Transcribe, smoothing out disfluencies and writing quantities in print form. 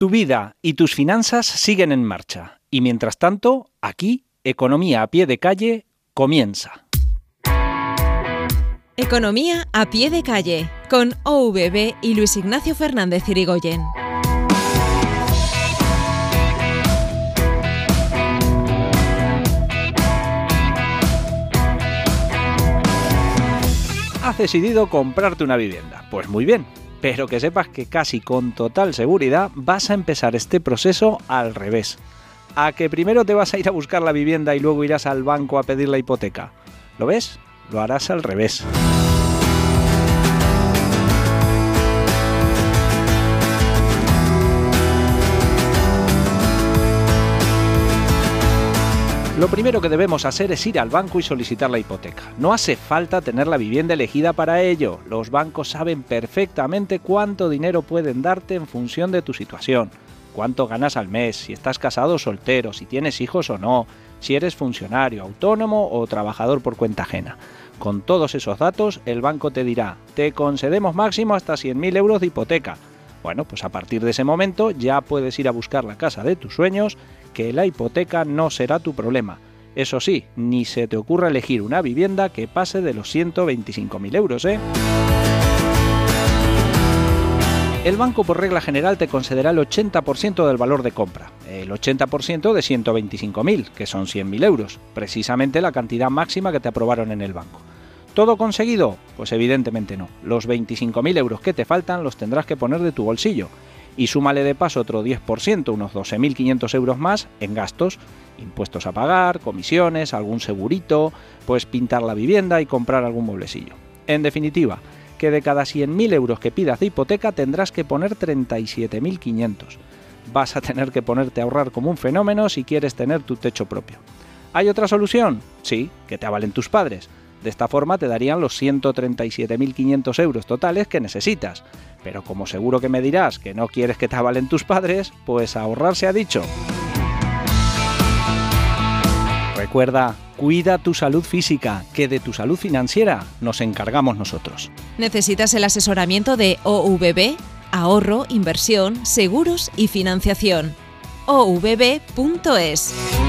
Tu vida y tus finanzas siguen en marcha. Y mientras tanto, aquí, Economía a pie de calle comienza. Economía a pie de calle, con OVB y Luis Ignacio Fernández Irigoyen. ¿Has decidido comprarte una vivienda? Pues muy bien, pero que sepas que casi con total seguridad vas a empezar este proceso al revés. A que primero te vas a ir a buscar la vivienda y luego irás al banco a pedir la hipoteca. ¿Lo ves? Lo harás al revés. Lo primero que debemos hacer es ir al banco y solicitar la hipoteca. No hace falta tener la vivienda elegida para ello. Los bancos saben perfectamente cuánto dinero pueden darte en función de tu situación, cuánto ganas al mes, si estás casado o soltero, si tienes hijos o no, si eres funcionario, autónomo o trabajador por cuenta ajena. Con todos esos datos, el banco te dirá, te concedemos máximo hasta 100.000 euros de hipoteca. Bueno, pues a partir de ese momento ya puedes ir a buscar la casa de tus sueños, que la hipoteca no será tu problema. Eso sí, ni se te ocurra elegir una vivienda que pase de los 125.000 euros, ¿eh? El banco por regla general te concederá el 80% del valor de compra, el 80% de 125.000, que son 100.000 euros, precisamente la cantidad máxima que te aprobaron en el banco. ¿Todo conseguido? Pues evidentemente no. Los 25.000 euros que te faltan los tendrás que poner de tu bolsillo. Y súmale de paso otro 10%, unos 12.500 euros más, en gastos, impuestos a pagar, comisiones, algún segurito, pues pintar la vivienda y comprar algún mueblecillo. En definitiva, que de cada 100.000 euros que pidas de hipoteca tendrás que poner 37.500. Vas a tener que ponerte a ahorrar como un fenómeno si quieres tener tu techo propio. ¿Hay otra solución? Sí, que te avalen tus padres. De esta forma te darían los 137.500 euros totales que necesitas. Pero como seguro que me dirás que no quieres que te avalen tus padres, pues a ahorrar se ha dicho. Recuerda, cuida tu salud física, que de tu salud financiera nos encargamos nosotros. ¿Necesitas el asesoramiento de OVB? Ahorro, inversión, seguros y financiación. ovb.es